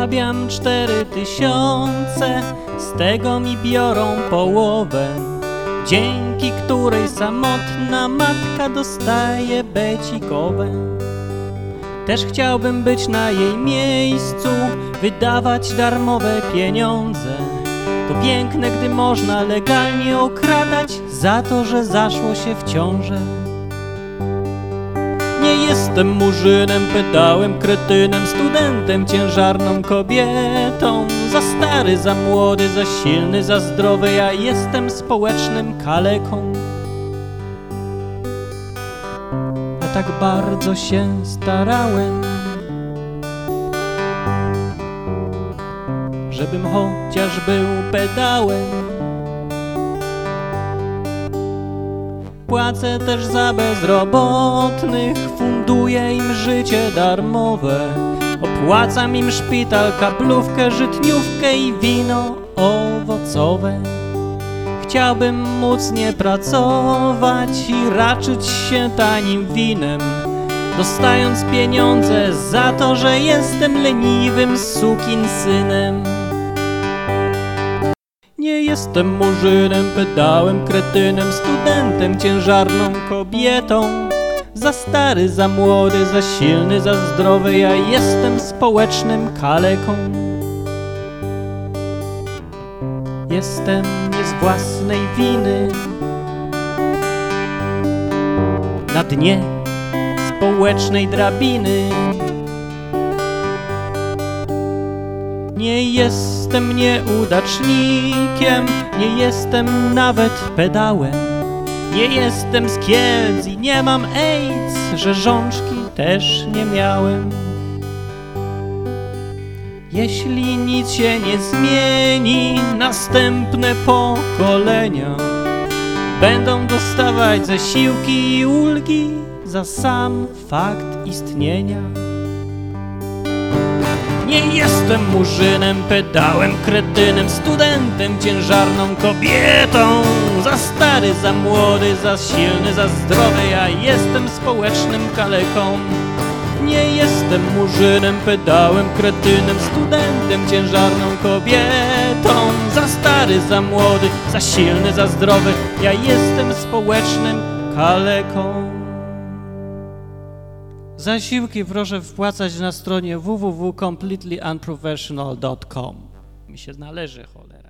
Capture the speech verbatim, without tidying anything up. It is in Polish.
Zarabiam cztery tysiące, z tego mi biorą połowę, dzięki której samotna matka dostaje becikowe. Też chciałbym być na jej miejscu, wydawać darmowe pieniądze. To piękne, gdy można legalnie okradać za to, że zaszło się w ciążę. Nie jestem murzynem, pedałem, kretynem, studentem, ciężarną kobietą. Za stary, za młody, za silny, za zdrowy, ja jestem społecznym kaleką. Ja tak bardzo się starałem, żebym chociaż był pedałem. Płacę też za bezrobotnych, funduję im życie darmowe. Opłacam im szpital, kablówkę, żytniówkę i wino owocowe. Chciałbym móc nie pracować i raczyć się tanim winem, dostając pieniądze za to, że jestem leniwym sukinsynem. Nie jestem murzynem, pedałem, kretynem, studentem, ciężarną kobietą. Za stary, za młody, za silny, za zdrowy, ja jestem społecznym kaleką. Jestem nie z własnej winy na dnie społecznej drabiny. Nie jestem nieudacznikiem, nie jestem nawet pedałem. Nie jestem z Kielc i nie mam AIDS, rzeżączki też nie miałem. Jeśli nic się nie zmieni, następne pokolenia będą dostawać zasiłki i ulgi za sam fakt istnienia. Nie jestem murzynem, pedałem, kretynem, studentem, ciężarną kobietą. Za stary, za młody, za silny, za zdrowy, ja jestem społecznym kaleką. Nie jestem murzynem, pedałem, kretynem, studentem, ciężarną kobietą. Za stary, za młody, za silny, za zdrowy, ja jestem społecznym kaleką. Zasiłki proszę wpłacać na stronie w w w kropka completely unprofessional kropka com. Mi się należy, cholera.